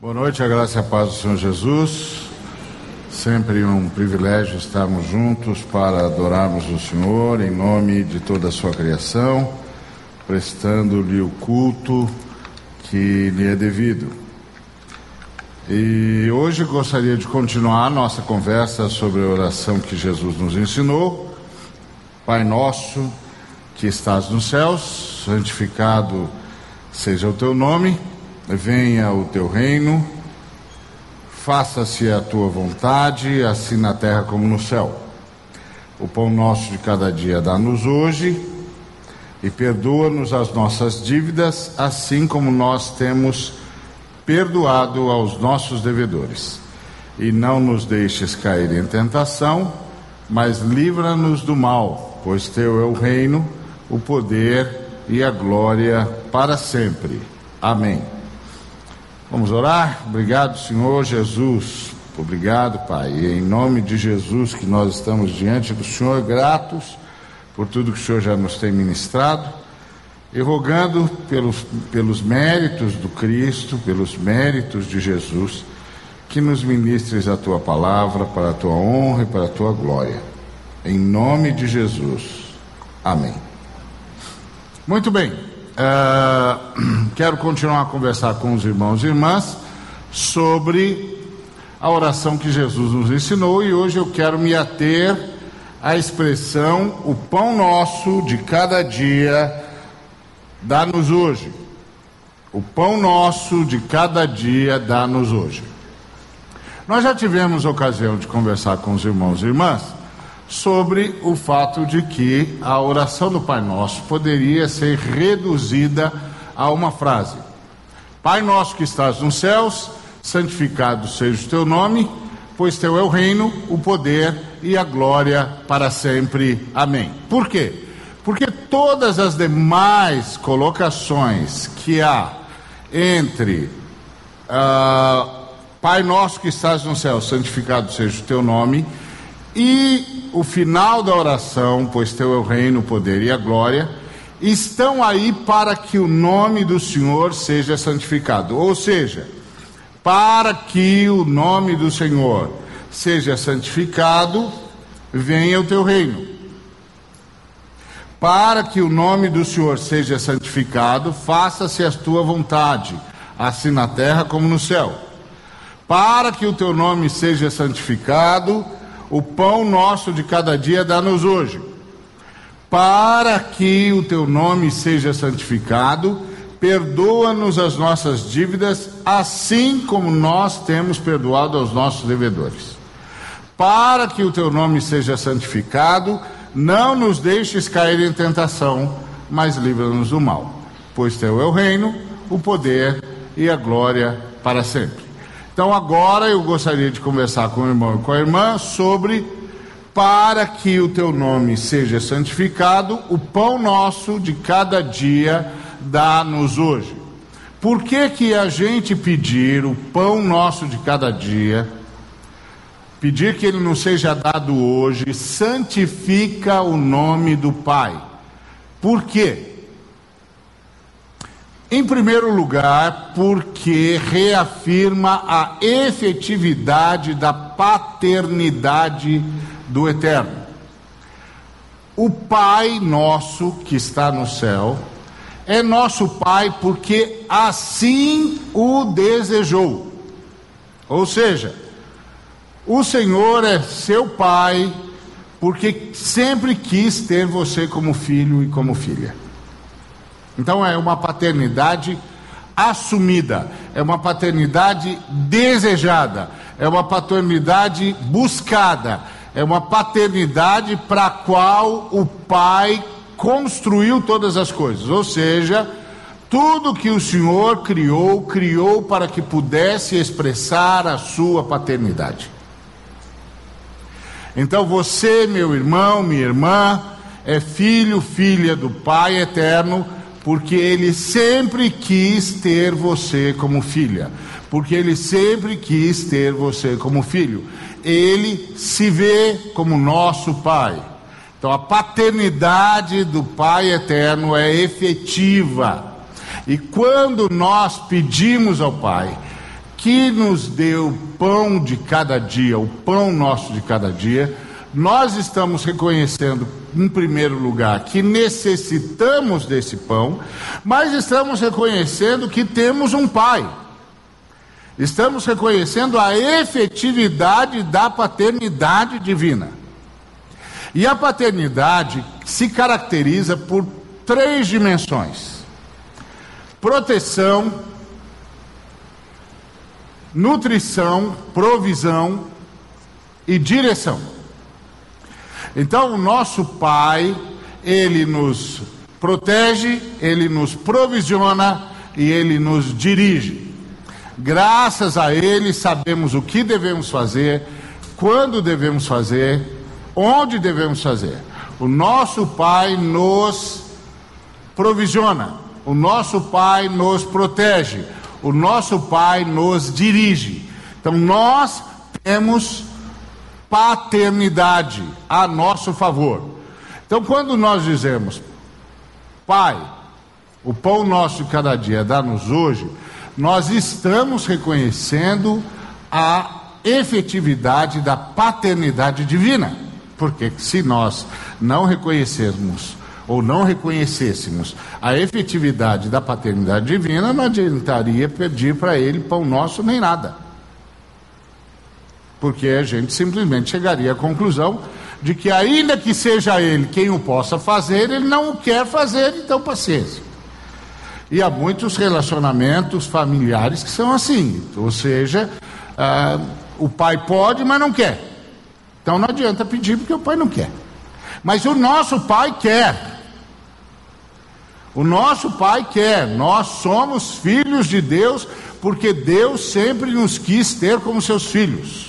Boa noite, a graça e a paz do Senhor Jesus. Sempre um privilégio estarmos juntos para adorarmos o Senhor em nome de toda a sua criação, prestando-lhe o culto que lhe é devido. E hoje gostaria de continuar a nossa conversa sobre a oração que Jesus nos ensinou. Pai nosso que estás nos céus, santificado seja o teu nome. Venha o teu reino, faça-se a tua vontade, assim na terra como no céu. O pão nosso de cada dia dá-nos hoje, e perdoa-nos as nossas dívidas, assim como nós temos perdoado aos nossos devedores. E não nos deixes cair em tentação, mas livra-nos do mal, pois teu é o reino, o poder e a glória para sempre. Amém. Vamos orar? Obrigado, Senhor Jesus. Obrigado, Pai. E em nome de Jesus que nós estamos diante do Senhor, gratos por tudo que o Senhor já nos tem ministrado, e rogando pelos méritos do Cristo, pelos méritos de Jesus, que nos ministres a Tua palavra para a Tua honra e para a Tua glória. Em nome de Jesus. Amém. Muito bem. Quero continuar a conversar com os irmãos e irmãs sobre a oração que Jesus nos ensinou, e hoje eu quero me ater à expressão: o pão nosso de cada dia dá-nos hoje. O pão nosso de cada dia dá-nos hoje. Nós já tivemos ocasião de conversar com os irmãos e irmãs sobre o fato de que a oração do Pai Nosso poderia ser reduzida a uma frase: Pai nosso que estás nos céus, santificado seja o teu nome, pois teu é o reino, o poder e a glória para sempre. Amém. Por quê? Porque todas as demais colocações que há entre Pai nosso que estás nos céus, santificado seja o teu nome, e o final da oração, pois teu é o reino, o poder e a glória, estão aí para que o nome do Senhor seja santificado. Ou seja, para que o nome do Senhor seja santificado, venha o teu reino. Para que o nome do Senhor seja santificado, faça-se a tua vontade, assim na terra como no céu. Para que o teu nome seja santificado, o pão nosso de cada dia dá-nos hoje. Para que o teu nome seja santificado, perdoa-nos as nossas dívidas, assim como nós temos perdoado aos nossos devedores. Para que o teu nome seja santificado, não nos deixes cair em tentação, mas livra-nos do mal, pois teu é o reino, o poder e a glória para sempre. Então agora eu gostaria de conversar com o irmão e com a irmã sobre: para que o teu nome seja santificado, o pão nosso de cada dia dá-nos hoje. Por que a gente pedir o pão nosso de cada dia, pedir que ele nos seja dado hoje, santifica o nome do Pai? Por quê? Em primeiro lugar, porque reafirma a efetividade da paternidade do Eterno. O Pai nosso que está no céu é nosso Pai porque assim o desejou. Ou seja, o Senhor é seu Pai porque sempre quis ter você como filho e como filha. Então é uma paternidade assumida, é uma paternidade desejada, é uma paternidade buscada, é uma paternidade para a qual o Pai construiu todas as coisas. Ou seja, tudo que o Senhor criou para que pudesse expressar a sua paternidade. Então você, meu irmão, minha irmã, é filho, filha do Pai eterno, porque Ele sempre quis ter você como filha, porque Ele sempre quis ter você como filho. Ele se vê como nosso Pai. Então a paternidade do Pai eterno é efetiva. E quando nós pedimos ao Pai que nos deu pão de cada dia, o pão nosso de cada dia, nós estamos reconhecendo, em primeiro lugar, que necessitamos desse pão, mas estamos reconhecendo que temos um Pai. Estamos reconhecendo a efetividade da paternidade divina. E a paternidade se caracteriza por 3 dimensões: proteção, nutrição, provisão e direção. Então, o nosso Pai, Ele nos protege, Ele nos provisiona e Ele nos dirige. Graças a Ele, sabemos o que devemos fazer, quando devemos fazer, onde devemos fazer. O nosso Pai nos provisiona, o nosso Pai nos protege, o nosso Pai nos dirige. Então, nós temos paternidade a nosso favor. Então, quando nós dizemos: Pai, o pão nosso de cada dia dá-nos hoje, nós estamos reconhecendo a efetividade da paternidade divina. Porque se nós não reconhecermos ou não reconhecêssemos a efetividade da paternidade divina, não adiantaria pedir para Ele pão nosso nem nada. Porque a gente simplesmente chegaria à conclusão de que, ainda que seja Ele quem o possa fazer, Ele não o quer fazer, então paciência. E há muitos relacionamentos familiares que são assim, ou seja, o pai pode, mas não quer. Então não adianta pedir porque o pai não quer. Mas o nosso Pai quer. O nosso Pai quer. Nós somos filhos de Deus porque Deus sempre nos quis ter como seus filhos.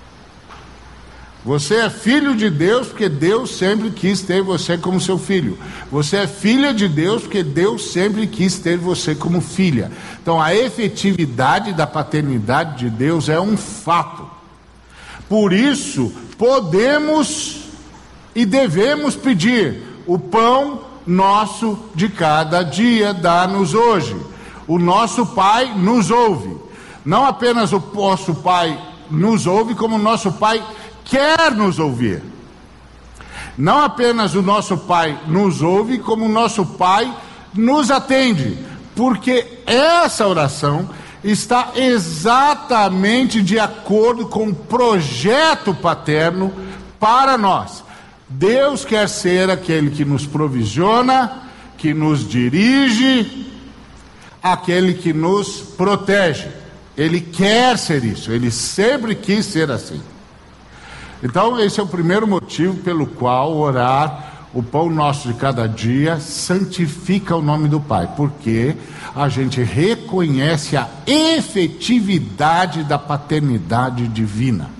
Você é filho de Deus porque Deus sempre quis ter você como seu filho. Você é filha de Deus porque Deus sempre quis ter você como filha. Então a efetividade da paternidade de Deus é um fato. Por isso podemos e devemos pedir: o pão nosso de cada dia dá-nos hoje. O nosso Pai nos ouve. Não apenas o nosso Pai nos ouve, como o nosso Pai quer nos ouvir. Não apenas o nosso Pai nos ouve, como o nosso Pai nos atende, porque essa oração está exatamente de acordo com o projeto paterno para nós. Deus quer ser aquele que nos provisiona, que nos dirige, aquele que nos protege. Ele quer ser isso, Ele sempre quis ser assim. Então esse é o primeiro motivo pelo qual orar o pão nosso de cada dia santifica o nome do Pai, porque a gente reconhece a efetividade da paternidade divina.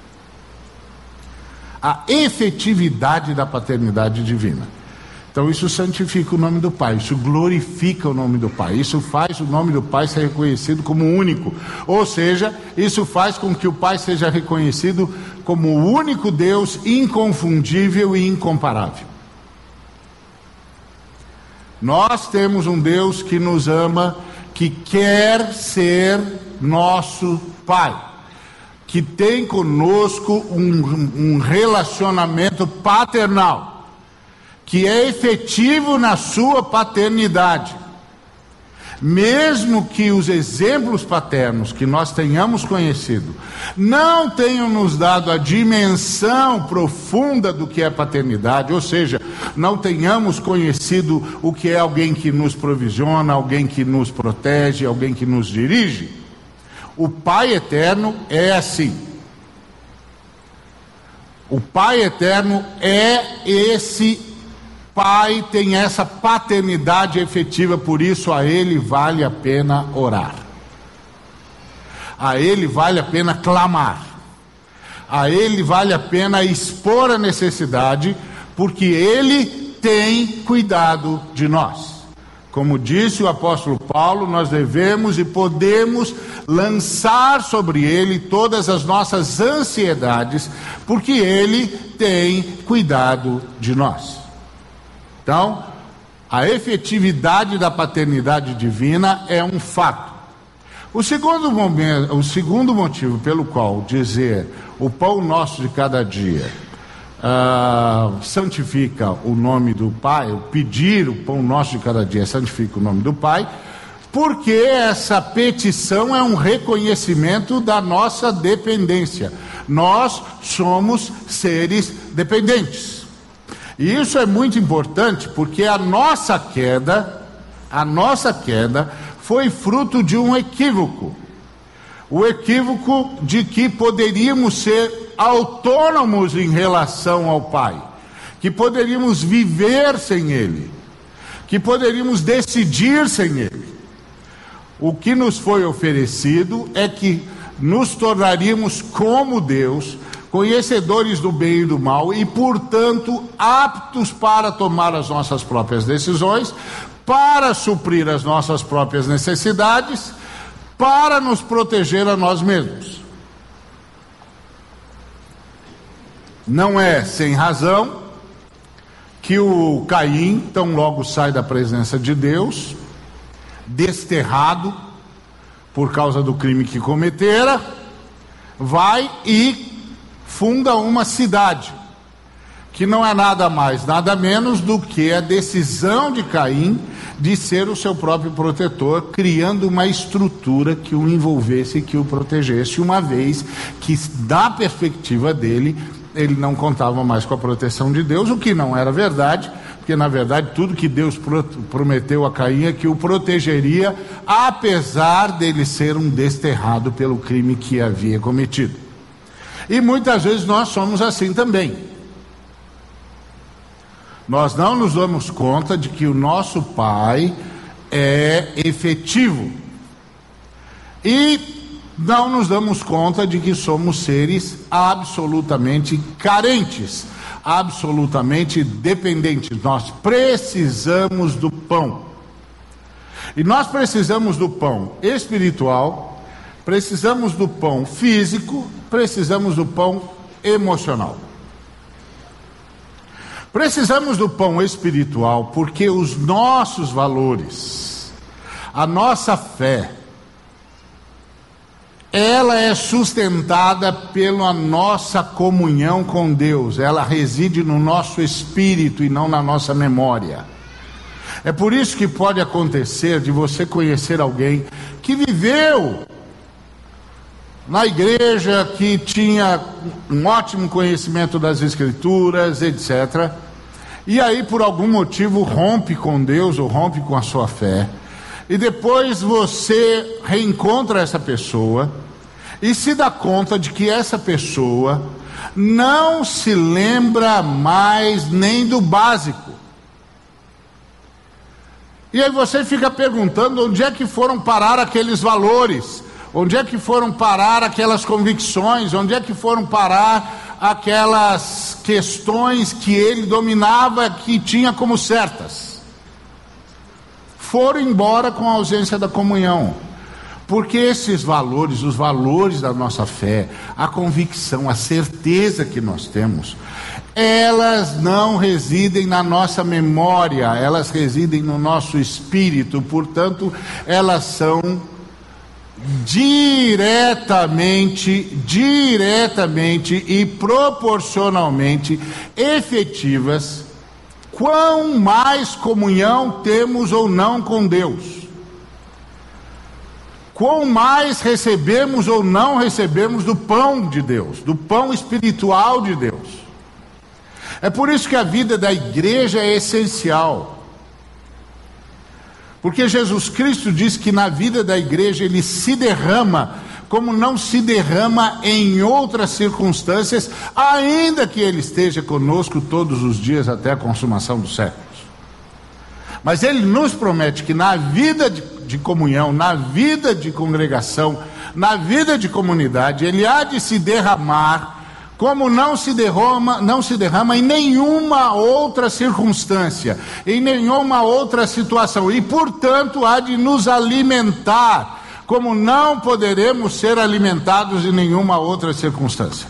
A efetividade da paternidade divina. Então isso santifica o nome do Pai, isso glorifica o nome do Pai, isso faz o nome do Pai ser reconhecido como único, ou seja, isso faz com que o Pai seja reconhecido como o único Deus, inconfundível e incomparável. Nós temos um Deus que nos ama, que quer ser nosso Pai, que tem conosco um relacionamento paternal, que é efetivo na sua paternidade. Mesmo que os exemplos paternos que nós tenhamos conhecido não tenham nos dado a dimensão profunda do que é paternidade, ou seja, não tenhamos conhecido o que é alguém que nos provisiona, alguém que nos protege, alguém que nos dirige, o Pai eterno é assim. O Pai eterno é esse Pai, tem essa paternidade efetiva, por isso a Ele vale a pena orar. A Ele vale a pena clamar. A Ele vale a pena expor a necessidade, porque Ele tem cuidado de nós. Como disse o apóstolo Paulo, nós devemos e podemos lançar sobre Ele todas as nossas ansiedades, porque Ele tem cuidado de nós. Então, a efetividade da paternidade divina é um fato. O segundo motivo pelo qual dizer o pão nosso de cada dia santifica o nome do Pai, o pedir o pão nosso de cada dia santifica o nome do Pai, porque essa petição é um reconhecimento da nossa dependência. Nós somos seres dependentes. E isso é muito importante porque a nossa queda foi fruto de um equívoco. O equívoco de que poderíamos ser autônomos em relação ao Pai, que poderíamos viver sem Ele, que poderíamos decidir sem Ele. O que nos foi oferecido é que nos tornaríamos como Deus, conhecedores do bem e do mal e, portanto, aptos para tomar as nossas próprias decisões, para suprir as nossas próprias necessidades, para nos proteger a nós mesmos. Não é sem razão que o Caim, tão logo sai da presença de Deus, desterrado por causa do crime que cometera, vai e funda uma cidade, que não é nada mais, nada menos do que a decisão de Caim de ser o seu próprio protetor, criando uma estrutura que o envolvesse e que o protegesse, uma vez que, da perspectiva dele, ele não contava mais com a proteção de Deus, o que não era verdade, porque na verdade tudo que Deus prometeu a Caim é que o protegeria, apesar dele ser um desterrado pelo crime que havia cometido. E muitas vezes nós somos assim também. Nós não nos damos conta de que o nosso Pai é efetivo. E não nos damos conta de que somos seres absolutamente carentes, absolutamente dependentes. Nós precisamos do pão. E nós precisamos do pão espiritual, precisamos do pão físico, precisamos do pão emocional. Precisamos do pão espiritual porque os nossos valores, a nossa fé, ela é sustentada pela nossa comunhão com Deus. Ela reside no nosso espírito e não na nossa memória. É por isso que pode acontecer de você conhecer alguém que viveu na igreja, que tinha um ótimo conhecimento das Escrituras, etc. E aí, por algum motivo, rompe com Deus ou rompe com a sua fé. E depois você reencontra essa pessoa e se dá conta de que essa pessoa não se lembra mais nem do básico. E aí você fica perguntando onde é que foram parar aqueles valores, onde é que foram parar aquelas convicções, onde é que foram parar aquelas questões que ele dominava, que tinha como certas. Foram embora com a ausência da comunhão. Porque esses valores, os valores da nossa fé, a convicção, a certeza que nós temos, elas não residem na nossa memória, elas residem no nosso espírito, portanto, elas são diretamente e proporcionalmente efetivas, quão mais comunhão temos ou não com Deus. Quão mais recebemos ou não recebemos do pão de Deus, do pão espiritual de Deus. É por isso que a vida da igreja é essencial. Porque Jesus Cristo diz que na vida da igreja ele se derrama como não se derrama em outras circunstâncias, ainda que ele esteja conosco todos os dias até a consumação dos séculos. Mas ele nos promete que na vida de comunhão, na vida de congregação, na vida de comunidade, ele há de se derramar como não se derrama em nenhuma outra circunstância, em nenhuma outra situação, e portanto há de nos alimentar como não poderemos ser alimentados em nenhuma outra circunstância.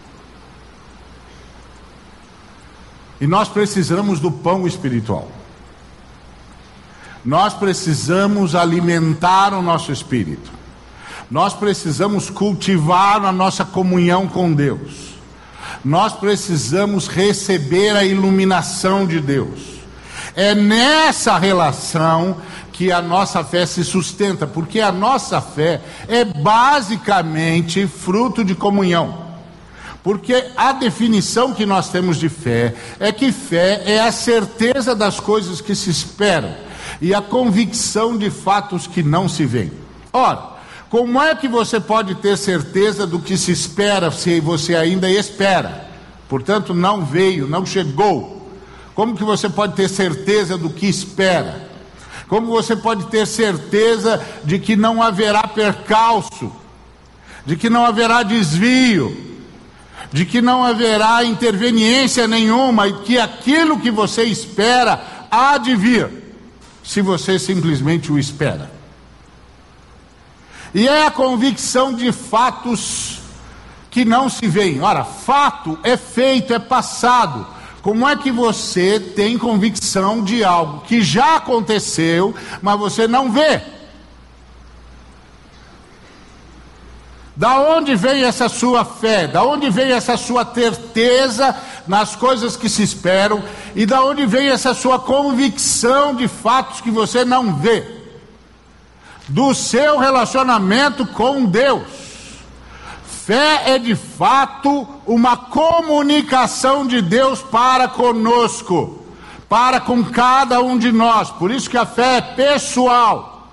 E nós precisamos do pão espiritual. Nós precisamos alimentar o nosso espírito. Nós precisamos cultivar a nossa comunhão com Deus. Nós precisamos receber a iluminação de Deus. É nessa relação que a nossa fé se sustenta, porque a nossa fé é basicamente fruto de comunhão. Porque a definição que nós temos de fé é que fé é a certeza das coisas que se esperam e a convicção de fatos que não se veem. Ora, como é que você pode ter certeza do que se espera se você ainda espera? Portanto, não veio, não chegou. Como que você pode ter certeza do que espera? Como você pode ter certeza de que não haverá percalço, de que não haverá desvio, de que não haverá interveniência nenhuma e que aquilo que você espera há de vir, se você simplesmente o espera? E é a convicção de fatos que não se veem. Ora, fato é feito, é passado. Como é que você tem convicção de algo que já aconteceu, mas você não vê? Da onde vem essa sua fé? Da onde vem essa sua certeza nas coisas que se esperam? E da onde vem essa sua convicção de fatos que você não vê? Do seu relacionamento com Deus. Fé é de fato uma comunicação de Deus para conosco, para com cada um de nós. Por isso que a fé é pessoal.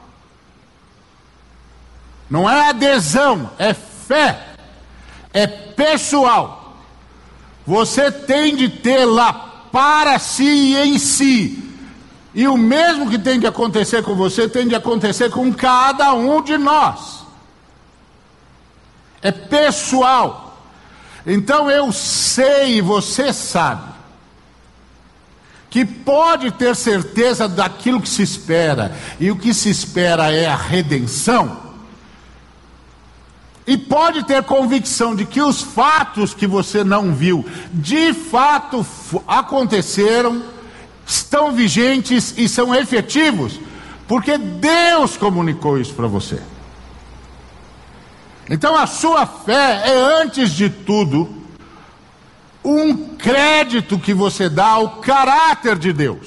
Não é adesão, é fé. É pessoal. Você tem de ter lá para si e em si. E o mesmo que tem de acontecer com você, tem de acontecer com cada um de nós. É pessoal. Então eu sei, você sabe, que pode ter certeza daquilo que se espera, e o que se espera é a redenção, e pode ter convicção de que os fatos que você não viu, de fato aconteceram, estão vigentes e são efetivos, porque Deus comunicou isso para você. Então a sua fé é, antes de tudo, um crédito que você dá ao caráter de Deus.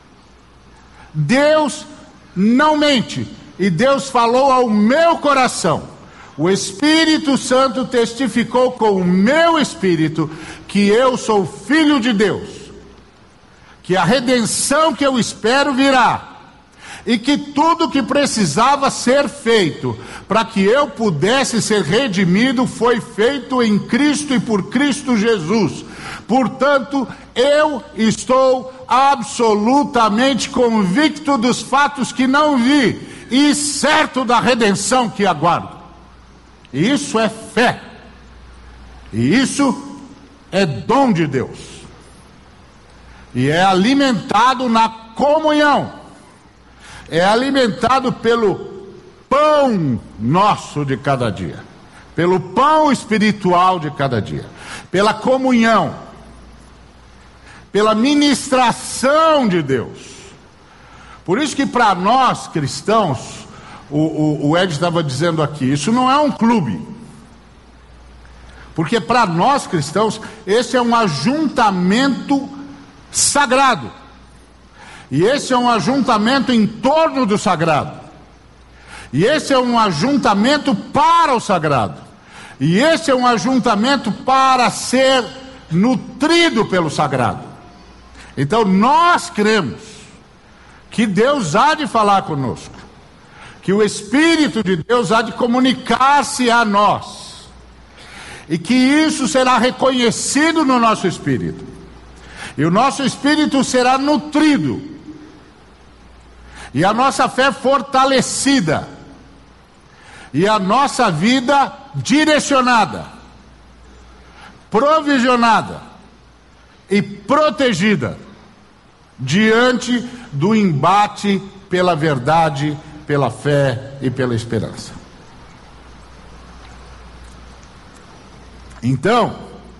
Deus não mente, e Deus falou ao meu coração. O Espírito Santo testificou com o meu espírito que eu sou filho de Deus, que a redenção que eu espero virá, e que tudo que precisava ser feito para que eu pudesse ser redimido foi feito em Cristo e por Cristo Jesus. Portanto, eu estou absolutamente convicto dos fatos que não vi e certo da redenção que aguardo. E isso é fé. E isso é dom de Deus. E é alimentado na comunhão. É alimentado pelo pão nosso de cada dia, pelo pão espiritual de cada dia, pela comunhão, pela ministração de Deus. Por isso que para nós cristãos, o Ed estava dizendo aqui, isso não é um clube, porque para nós cristãos, esse é um ajuntamento sagrado. E esse é um ajuntamento em torno do sagrado. E esse é um ajuntamento para o sagrado. E esse é um ajuntamento para ser nutrido pelo sagrado. Então nós cremos que Deus há de falar conosco, que o Espírito de Deus há de comunicar-se a nós, e que isso será reconhecido no nosso espírito. E o nosso espírito será nutrido. E a nossa fé fortalecida, e a nossa vida direcionada, provisionada e protegida diante do embate pela verdade, pela fé e pela esperança. Então,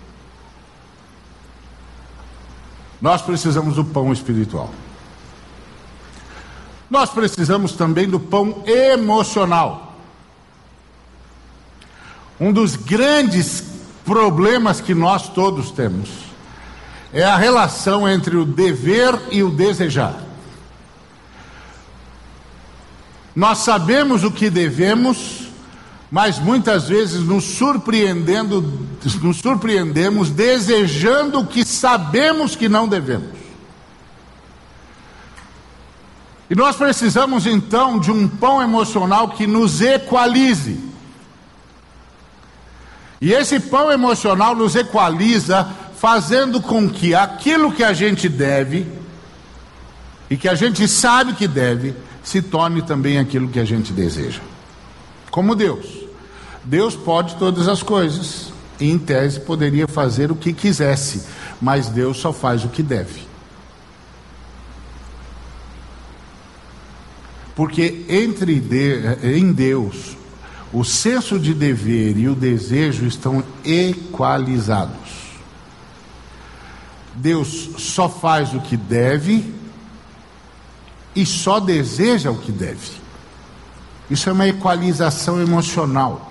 nós precisamos do pão espiritual. Nós precisamos também do pão emocional. Um dos grandes problemas que nós todos temos é a relação entre o dever e o desejar. Nós sabemos o que devemos, mas muitas vezes nos surpreendemos desejando o que sabemos que não devemos. E nós precisamos então de um pão emocional que nos equalize. E esse pão emocional nos equaliza, fazendo com que aquilo que a gente deve e que a gente sabe que deve se torne também aquilo que a gente deseja. Como Deus. Deus pode todas as coisas, e em tese poderia fazer o que quisesse, mas Deus só faz o que deve. Porque em Deus, o senso de dever e o desejo estão equalizados. Deus só faz o que deve e só deseja o que deve. Isso é uma equalização emocional.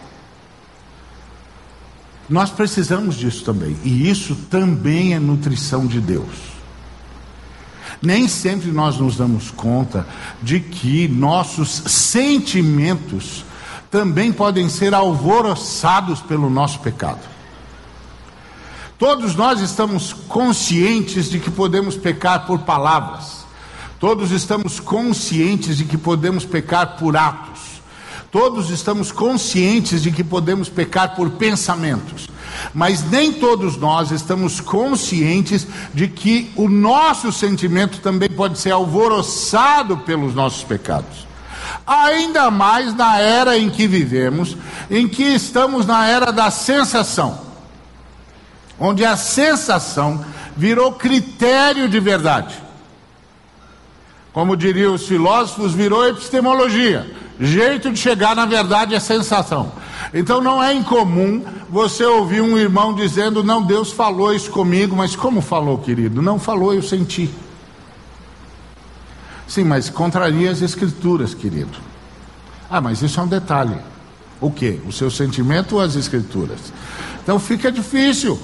Nós precisamos disso também, e isso também é nutrição de Deus. Nem sempre nós nos damos conta de que nossos sentimentos também podem ser alvoroçados pelo nosso pecado. Todos nós estamos conscientes de que podemos pecar por palavras. Todos estamos conscientes de que podemos pecar por atos. Todos estamos conscientes de que podemos pecar por pensamentos. Mas nem todos nós estamos conscientes de que o nosso sentimento também pode ser alvoroçado pelos nossos pecados. Ainda mais na era em que vivemos, em que estamos na era da sensação, onde a sensação virou critério de verdade. Como diriam os filósofos, virou epistemologia, jeito de chegar na verdade é sensação. Então não é incomum você ouvir um irmão dizendo: não, Deus falou isso comigo. Mas como falou, querido? Não falou, eu senti. Sim, mas contraria as escrituras, querido. Ah, mas isso é um detalhe. O quê? O seu sentimento ou as escrituras? Então fica difícil.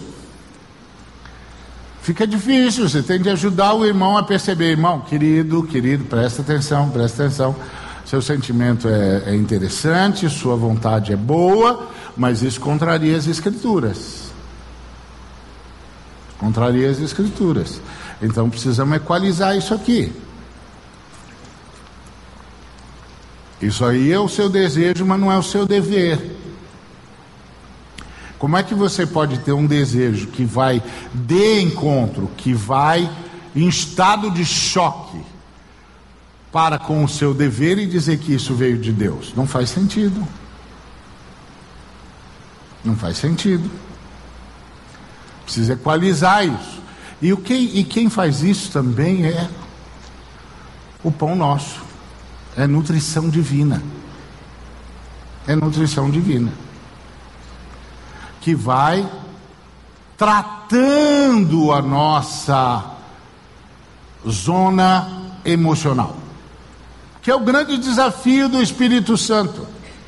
Fica difícil, você tem de ajudar o irmão a perceber. Irmão, querido, presta atenção. Seu sentimento é interessante, sua vontade é boa, mas isso contraria as escrituras. Contraria as escrituras. Então precisamos equalizar isso aqui. Isso aí é o seu desejo, mas não é o seu dever. Como é que você pode ter um desejo que vai de encontro, que vai em estado de choque para com o seu dever e dizer que isso veio de Deus? Não faz sentido. Não faz sentido. Precisa equalizar isso. E quem faz isso também é o pão nosso. É nutrição divina. É nutrição divina. Que vai tratando a nossa zona emocional, que é o grande desafio do Espírito Santo.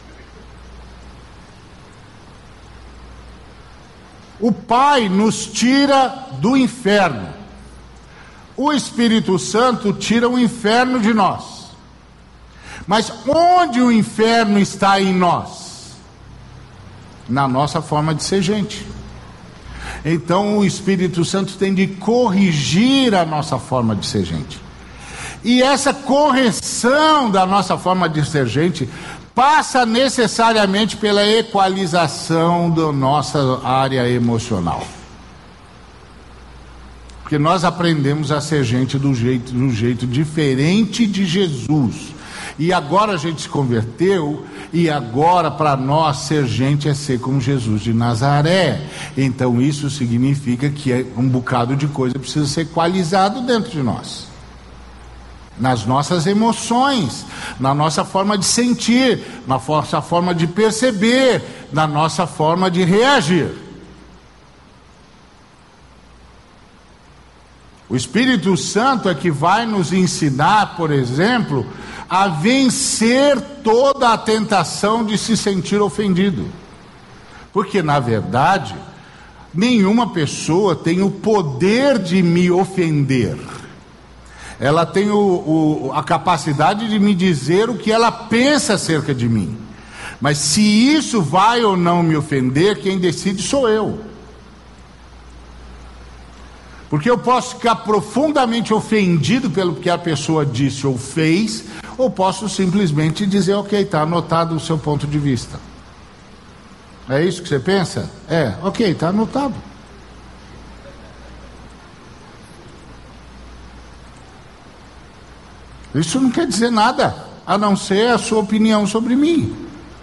O Pai nos tira do inferno, o Espírito Santo tira o inferno de nós. Mas onde o inferno está em nós? Na nossa forma de ser gente. Então o Espírito Santo tem de corrigir a nossa forma de ser gente. E essa correção da nossa forma de ser gente passa necessariamente pela equalização da nossa área emocional. Porque nós aprendemos a ser gente do jeito diferente de Jesus. E agora a gente se converteu, e agora para nós ser gente é ser como Jesus de Nazaré. Então isso significa que um bocado de coisa precisa ser equalizado dentro de nós. Nas nossas emoções, na nossa forma de sentir, na nossa forma de perceber, na nossa forma de reagir. O Espírito Santo é que vai nos ensinar, por exemplo, a vencer toda a tentação de se sentir ofendido. Porque, na verdade, nenhuma pessoa tem o poder de me ofender. Ela tem a capacidade de me dizer o que ela pensa acerca de mim. Mas se isso vai ou não me ofender, quem decide sou eu. Porque eu posso ficar profundamente ofendido pelo que a pessoa disse ou fez, ou posso simplesmente dizer, ok, está anotado o seu ponto de vista. É isso que você pensa? É, ok, está anotado. Isso não quer dizer nada, a não ser a sua opinião sobre mim.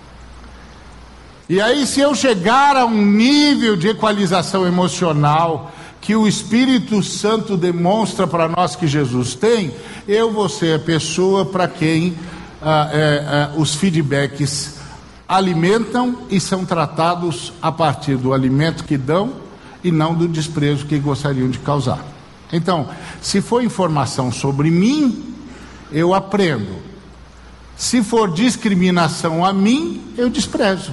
E aí, se eu chegar a um nível de equalização emocional que o Espírito Santo demonstra para nós que Jesus tem, eu vou ser a pessoa para quem os feedbacks alimentam e são tratados a partir do alimento que dão e não do desprezo que gostariam de causar. Então, se for informação sobre mim, eu aprendo. Se for discriminação a mim, eu desprezo.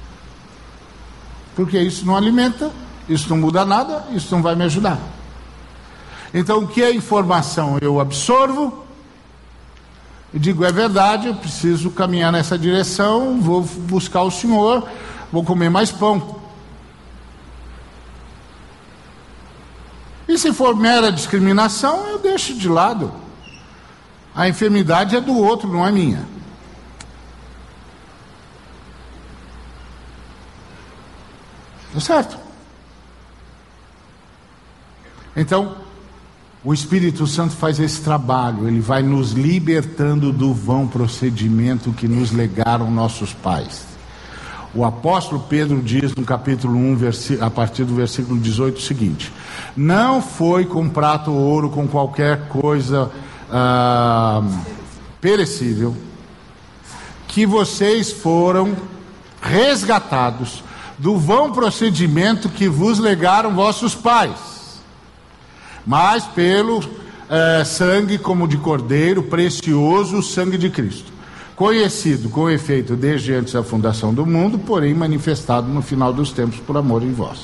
Porque isso não alimenta, isso não muda nada, isso não vai me ajudar. Então, o que é informação? Eu absorvo e digo, é verdade, eu preciso caminhar nessa direção, vou buscar o Senhor, vou comer mais pão. E se for mera discriminação, eu deixo de lado. A enfermidade é do outro, não é minha. Tá certo? Então, o Espírito Santo faz esse trabalho, ele vai nos libertando do vão procedimento que nos legaram nossos pais. O apóstolo Pedro diz no capítulo 1, a partir do versículo 18 o seguinte: não foi com prata ou ouro, com qualquer coisa perecível, que vocês foram resgatados do vão procedimento que vos legaram vossos pais, mas pelo sangue como de cordeiro, precioso sangue de Cristo, conhecido com efeito desde antes da fundação do mundo, porém manifestado no final dos tempos por amor em vós.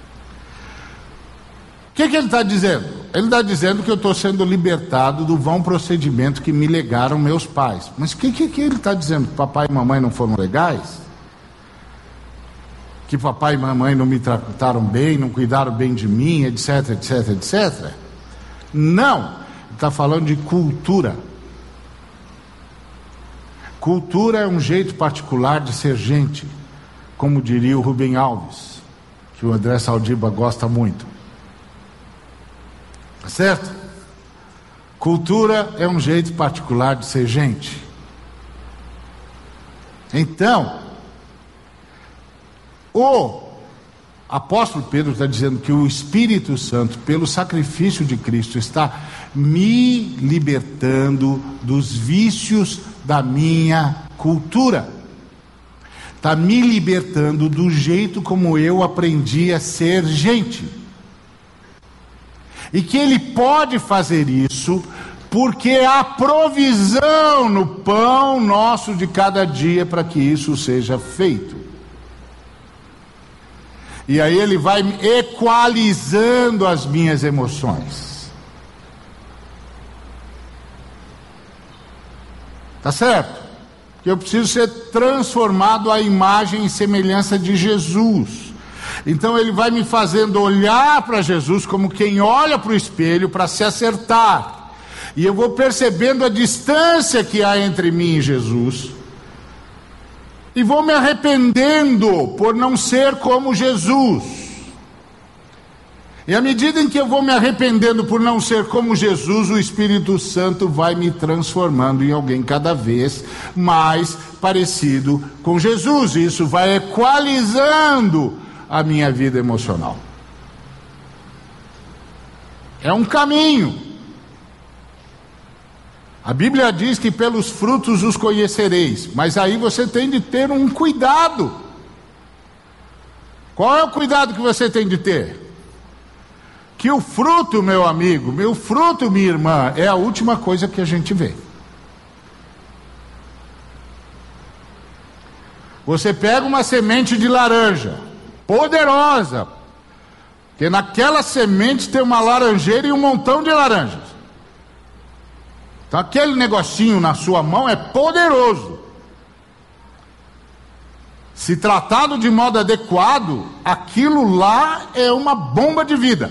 O que ele está dizendo? Ele está dizendo que eu estou sendo libertado do vão procedimento que me legaram meus pais. Mas o que ele está dizendo? Que papai e mamãe não foram legais? Que papai e mamãe não me trataram bem, não cuidaram bem de mim, etc, etc, etc? Não, ele está falando de cultura. Cultura é um jeito particular de ser gente, como diria o Rubem Alves, que o André Saldiba gosta muito. Tá certo? Cultura é um jeito particular de ser gente. Então, o apóstolo Pedro está dizendo que o Espírito Santo, pelo sacrifício de Cristo, está me libertando dos vícios da minha cultura. Está me libertando do jeito como eu aprendi a ser gente. E que Ele pode fazer isso porque há provisão no pão nosso de cada dia para que isso seja feito. E aí Ele vai equalizando as minhas emoções. Tá certo? Que eu preciso ser transformado à imagem e semelhança de Jesus. Então Ele vai me fazendo olhar para Jesus como quem olha para o espelho para se acertar. E eu vou percebendo a distância que há entre mim e Jesus. E vou me arrependendo por não ser como Jesus. E à medida em que eu vou me arrependendo por não ser como Jesus, o Espírito Santo vai me transformando em alguém cada vez mais parecido com Jesus. E isso vai equalizando a minha vida emocional. É um caminho. A Bíblia diz que pelos frutos os conhecereis, mas aí você tem de ter um cuidado. Qual é o cuidado que você tem de ter? Que o fruto, meu amigo, meu fruto, minha irmã, é a última coisa que a gente vê. Você pega uma semente de laranja, poderosa, porque naquela semente tem uma laranjeira e um montão de laranjas. Então aquele negocinho na sua mão é poderoso. Se tratado de modo adequado, aquilo lá é uma bomba de vida.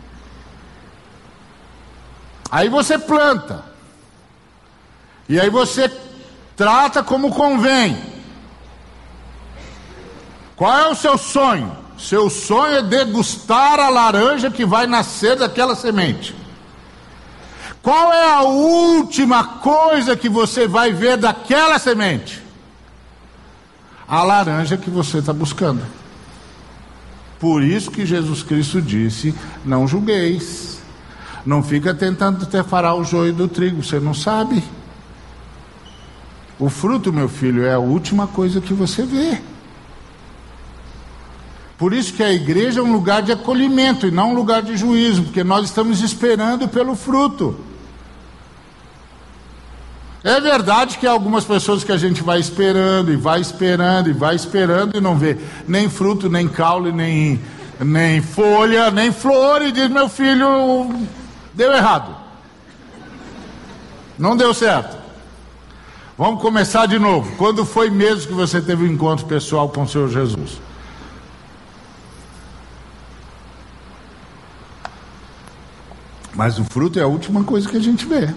Aí você planta, e aí você trata como convém. Qual é o seu sonho? Seu sonho é degustar a laranja que vai nascer daquela semente. Qual é a última coisa que você vai ver daquela semente? A laranja que você está buscando. Por isso que Jesus Cristo disse: não julgueis. Não fica tentando separar o joio do trigo, você não sabe. O fruto, meu filho, é a última coisa que você vê. Por isso que a igreja é um lugar de acolhimento e não um lugar de juízo, porque nós estamos esperando pelo fruto. É verdade que há algumas pessoas que a gente vai esperando, e vai esperando, e vai esperando, e não vê nem fruto, nem caule, nem folha, nem flor, e diz: meu filho, deu errado. Não deu certo. Vamos começar de novo. Quando foi mesmo que você teve um encontro pessoal com o Senhor Jesus? Mas o fruto é a última coisa que a gente vê.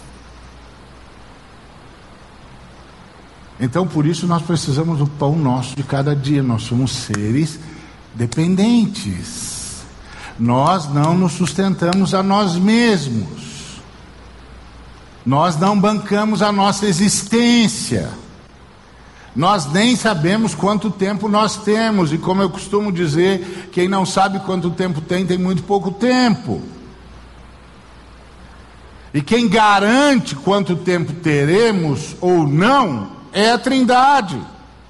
Então, por isso nós precisamos do pão nosso de cada dia. Nós somos seres dependentes. Nós não nos sustentamos a nós mesmos. Nós não bancamos a nossa existência. Nós nem sabemos quanto tempo nós temos. E como eu costumo dizer, quem não sabe quanto tempo tem muito pouco tempo. E quem garante quanto tempo teremos ou não é a Trindade.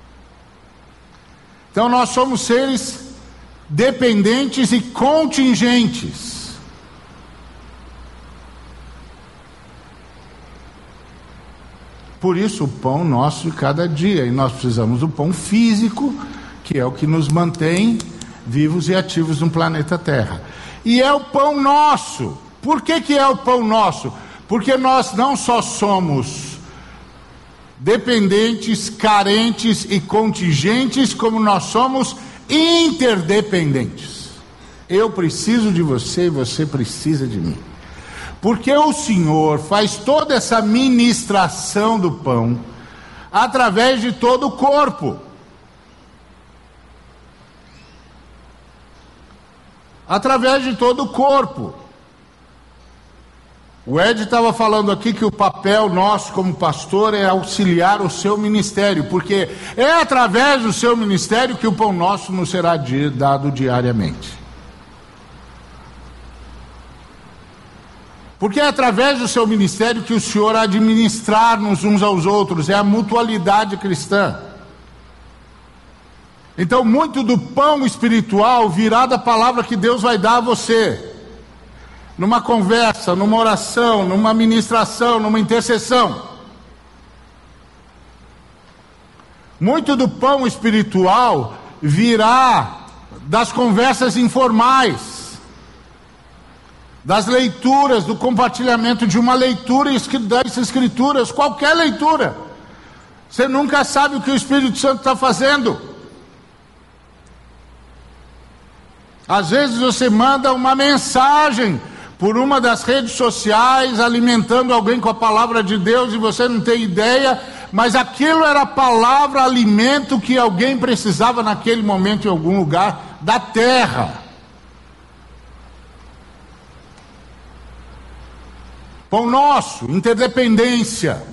Então nós somos seres dependentes e contingentes. Por isso o pão nosso de cada dia. E nós precisamos do pão físico, que é o que nos mantém vivos e ativos no planeta Terra. E é o pão nosso. Por que é o pão nosso? Porque nós não só somos dependentes, carentes e contingentes, como nós somos interdependentes. Eu preciso de você e você precisa de mim. Porque o Senhor faz toda essa ministração do pão através de todo o corpo. Através de todo o corpo. O Ed estava falando aqui que o papel nosso como pastor é auxiliar o seu ministério, porque é através do seu ministério que o pão nosso nos será dado diariamente. Porque é através do seu ministério que o Senhor há de ministrar-nos uns aos outros, é a mutualidade cristã. Então, muito do pão espiritual virá da palavra que Deus vai dar a você. Numa conversa, numa oração, numa ministração, numa intercessão. Muito do pão espiritual virá das conversas informais, das leituras, do compartilhamento de uma leitura das Escrituras, qualquer leitura. Você nunca sabe o que o Espírito Santo está fazendo. Às vezes você manda uma mensagem por uma das redes sociais, alimentando alguém com a palavra de Deus, e você não tem ideia, mas aquilo era a palavra, alimento que alguém precisava naquele momento em algum lugar da terra. Pão nosso, interdependência.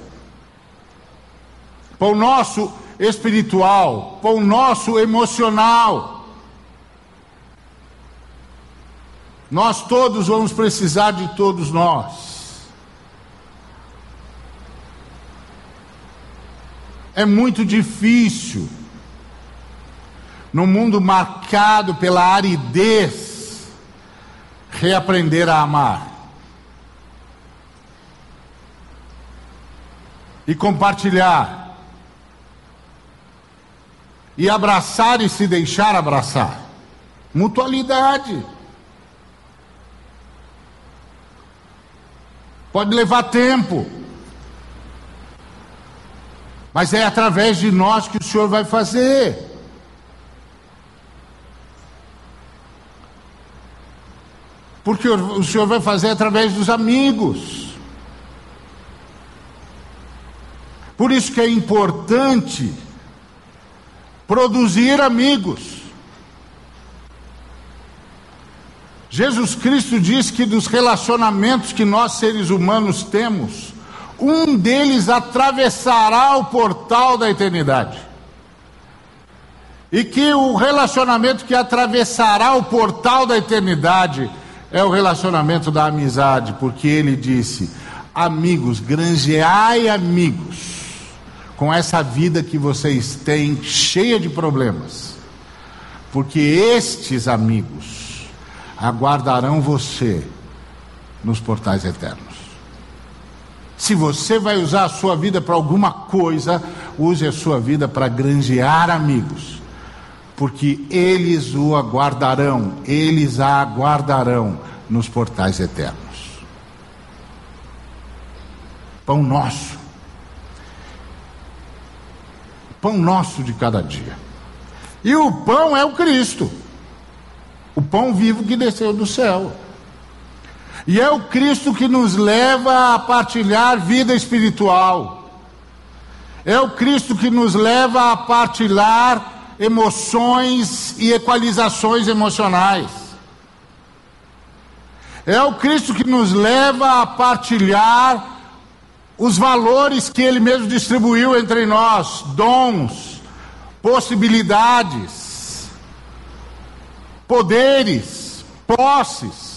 Pão nosso espiritual, pão nosso emocional. Nós todos vamos precisar de todos nós. É muito difícil, num mundo marcado pela aridez, reaprender a amar e compartilhar e abraçar e se deixar abraçar. Mutualidade. Pode levar tempo, mas é através de nós que o Senhor vai fazer. Porque o Senhor vai fazer através dos amigos. Por isso que é importante produzir amigos. Jesus Cristo diz que dos relacionamentos que nós seres humanos temos, um deles atravessará o portal da eternidade. E que o relacionamento que atravessará o portal da eternidade é o relacionamento da amizade, porque ele disse: amigos, granjeai amigos com essa vida que vocês têm cheia de problemas, porque estes amigos aguardarão você nos portais eternos. Se você vai usar a sua vida para alguma coisa, use a sua vida para granjear amigos, porque eles o aguardarão, eles a aguardarão nos portais eternos. Pão nosso de cada dia. E o pão é o Cristo, o pão vivo que desceu do céu. E é o Cristo que nos leva a partilhar vida espiritual. É o Cristo que nos leva a partilhar emoções e equalizações emocionais. É o Cristo que nos leva a partilhar os valores que Ele mesmo distribuiu entre nós, dons, possibilidades, poderes, posses.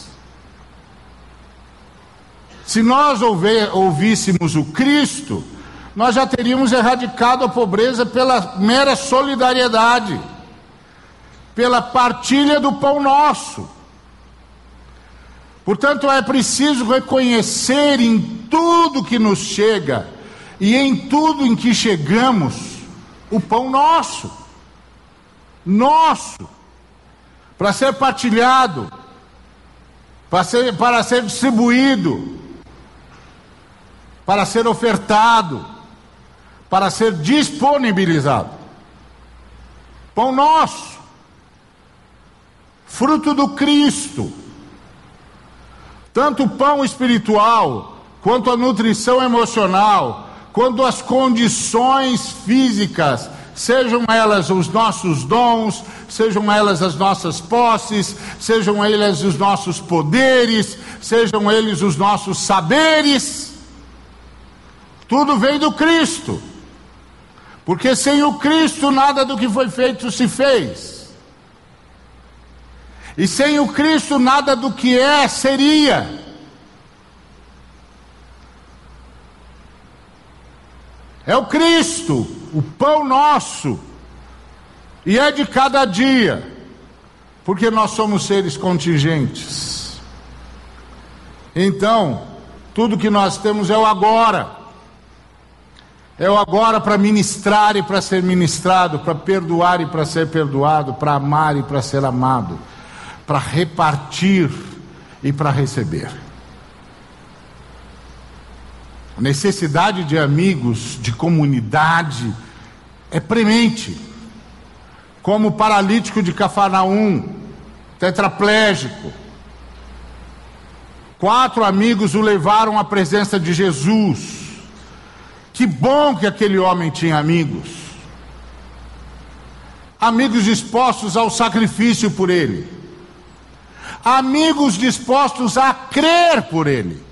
Se nós ouvíssemos o Cristo, nós já teríamos erradicado a pobreza pela mera solidariedade, pela partilha do pão nosso. Portanto, é preciso reconhecer em tudo que nos chega e em tudo em que chegamos o pão nosso, para ser partilhado, para ser distribuído, para ser ofertado, para ser disponibilizado. Pão nosso, fruto do Cristo. Tanto o pão espiritual, quanto a nutrição emocional, quanto as condições físicas, sejam elas os nossos dons, sejam elas as nossas posses, sejam eles os nossos poderes, sejam eles os nossos saberes, tudo vem do Cristo. Porque sem o Cristo nada do que foi feito se fez. E sem o Cristo nada do que é seria. É o Cristo, o pão nosso, e é de cada dia, porque nós somos seres contingentes. Então, tudo que nós temos é o agora. É o agora para ministrar e para ser ministrado, para perdoar e para ser perdoado, para amar e para ser amado, para repartir e para receber. A necessidade de amigos, de comunidade, é premente. Como o paralítico de Cafarnaum, tetraplégico. 4 amigos o levaram à presença de Jesus. Que bom que aquele homem tinha amigos. Amigos dispostos ao sacrifício por ele. Amigos dispostos a crer por ele.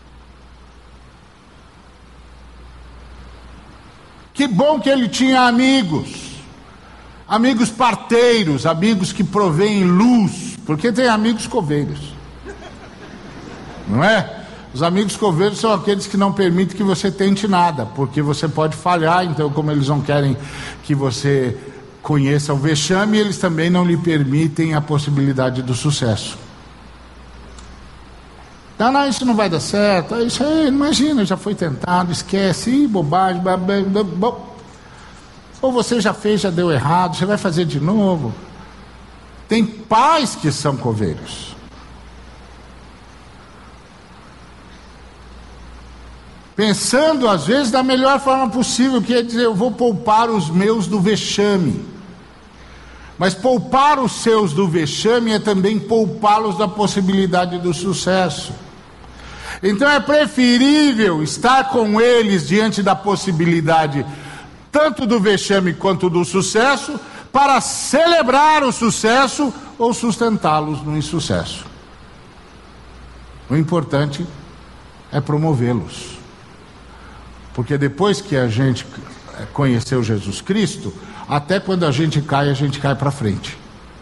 Que bom que ele tinha amigos. Amigos parteiros, amigos que provêm luz, porque tem amigos coveiros, não é? Os amigos coveiros são aqueles que não permitem que você tente nada, porque você pode falhar. Então, como eles não querem que você conheça o vexame, eles também não lhe permitem a possibilidade do sucesso. Não, isso não vai dar certo, isso aí, imagina, já foi tentado, esquece, bobagem, Ou você já fez, já deu errado, você vai fazer de novo. Tem pais que são coveiros. Pensando, às vezes, da melhor forma possível, que é dizer, eu vou poupar os meus do vexame. Mas poupar os seus do vexame é também poupá-los da possibilidade do sucesso. Então é preferível estar com eles diante da possibilidade tanto do vexame quanto do sucesso, para celebrar o sucesso ou sustentá-los no insucesso. O importante é promovê-los. Porque depois que a gente conheceu Jesus Cristo, até quando a gente cai para frente.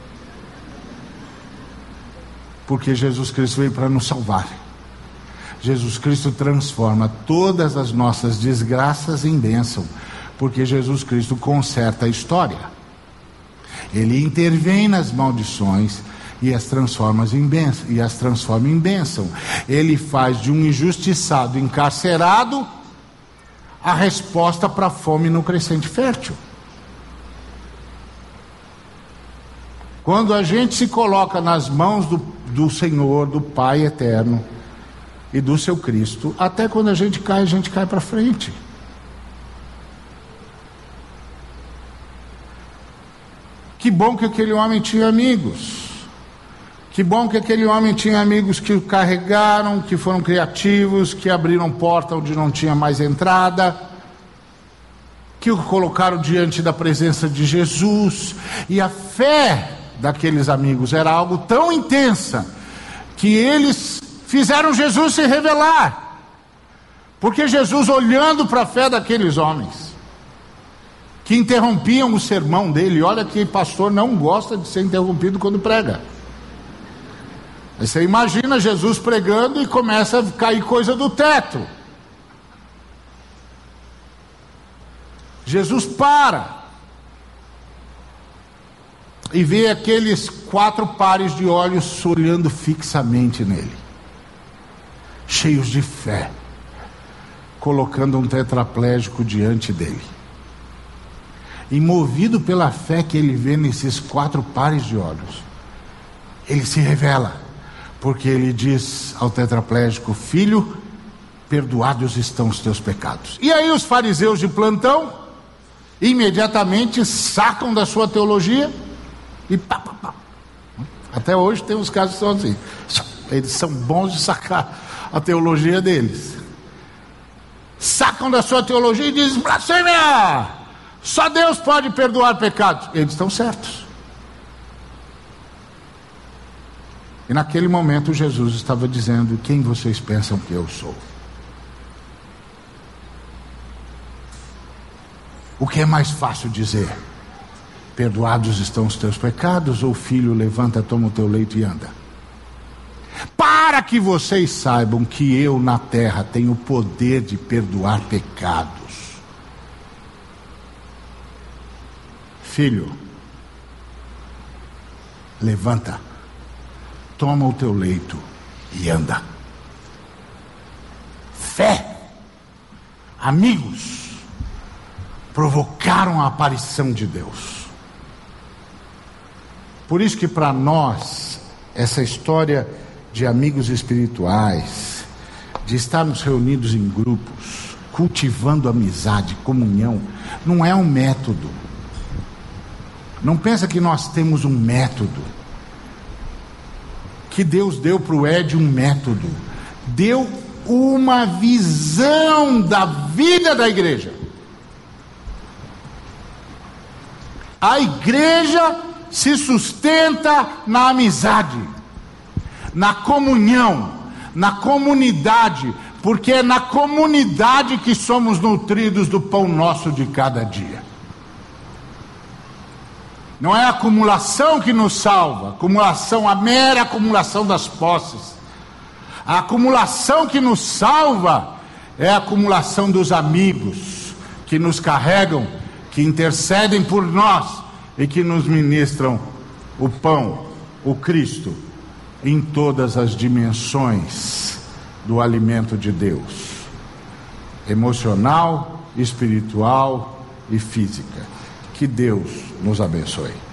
Porque Jesus Cristo veio para nos salvar. Jesus Cristo transforma todas as nossas desgraças em bênção, porque Jesus Cristo conserta a história. Ele intervém nas maldições e as transforma em bênção. Ele faz de um injustiçado encarcerado a resposta para a fome no crescente fértil. Quando a gente se coloca nas mãos do Senhor, do Pai eterno e do seu Cristo, até quando a gente cai para frente. Que bom que aquele homem tinha amigos. Que bom que aquele homem tinha amigos que o carregaram, que foram criativos, que abriram porta onde não tinha mais entrada, que o colocaram diante da presença de Jesus. E a fé daqueles amigos era algo tão intensa que eles fizeram Jesus se revelar. Porque Jesus, olhando para a fé daqueles homens que interrompiam o sermão dele, olha que pastor não gosta de ser interrompido quando prega. Aí você imagina Jesus pregando e começa a cair coisa do teto. Jesus para e vê aqueles 4 pares de olhos olhando fixamente nele, cheios de fé, colocando um tetraplégico diante dele. E movido pela fé que ele vê nesses 4 pares de olhos, ele se revela, porque ele diz ao tetraplégico: filho, perdoados estão os teus pecados. E aí os fariseus de plantão imediatamente sacam da sua teologia e pá, pá, pá. Até hoje tem uns casos que são assim, eles são bons de sacar a teologia deles. Sacam da sua teologia e dizem: blasfêmia! Só Deus pode perdoar pecados. Eles estão certos. E naquele momento Jesus estava dizendo: quem vocês pensam que eu sou? O que é mais fácil dizer? Perdoados estão os teus pecados, ou filho, levanta, toma o teu leito e anda? Para que vocês saibam que eu na terra tenho o poder de perdoar pecados. Filho, levanta, toma o teu leito e anda. Fé, amigos, provocaram a aparição de Deus. Por isso que para nós, essa história de amigos espirituais, de estarmos reunidos em grupos, cultivando amizade, comunhão, não é um método. Não pensa que nós temos um método. Que Deus deu para o Ed um método. Deu uma visão da vida da igreja. A igreja se sustenta na amizade, na comunhão, na comunidade, porque é na comunidade que somos nutridos do pão nosso de cada dia. Não é a acumulação que nos salva, a mera acumulação das posses. A acumulação que nos salva é a acumulação dos amigos que nos carregam, que intercedem por nós e que nos ministram o pão, o Cristo, em todas as dimensões do alimento de Deus, emocional, espiritual e física. Que Deus nos abençoe.